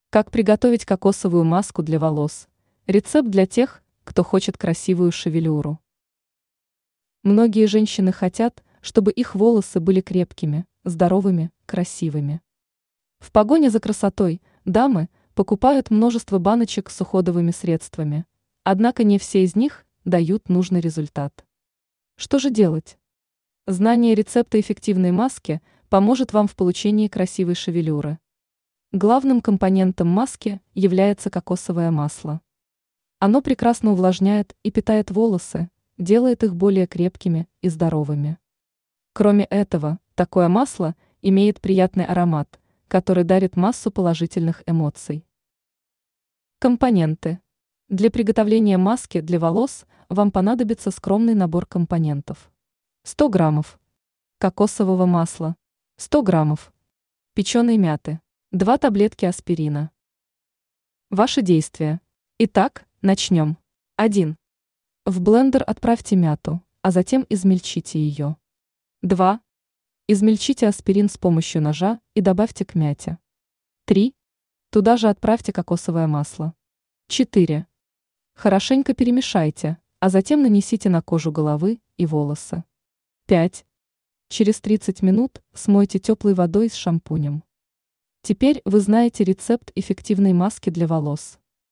Как приготовить кокосовую маску для волос? Рецепт для тех, кто хочет красивую шевелюру. Многие женщины хотят, чтобы их волосы были крепкими, здоровыми, красивыми. В погоне за красотой дамы покупают множество баночек с уходовыми средствами, однако не все из них дают нужный результат. Что же делать? Знание рецепта эффективной маски поможет вам в получении красивой шевелюры. Главным компонентом маски является кокосовое масло. Оно прекрасно увлажняет и питает волосы, делает их более крепкими и здоровыми. Кроме этого, такое масло имеет приятный аромат, который дарит массу положительных эмоций. Компоненты. Для приготовления маски для волос вам понадобится скромный набор компонентов. 100 граммов кокосового масла, 100 граммов печеной мяты, 2 таблетки аспирина. Ваши действия. Итак, начнем. 1. В блендер отправьте мяту, а затем измельчите ее. 2. Измельчите аспирин с помощью ножа и добавьте к мяте. 3. Туда же отправьте кокосовое масло. 4. Хорошенько перемешайте, а затем нанесите на кожу головы и волосы. 5. Через 30 минут смойте теплой водой с шампунем. Теперь вы знаете рецепт эффективной маски для волос.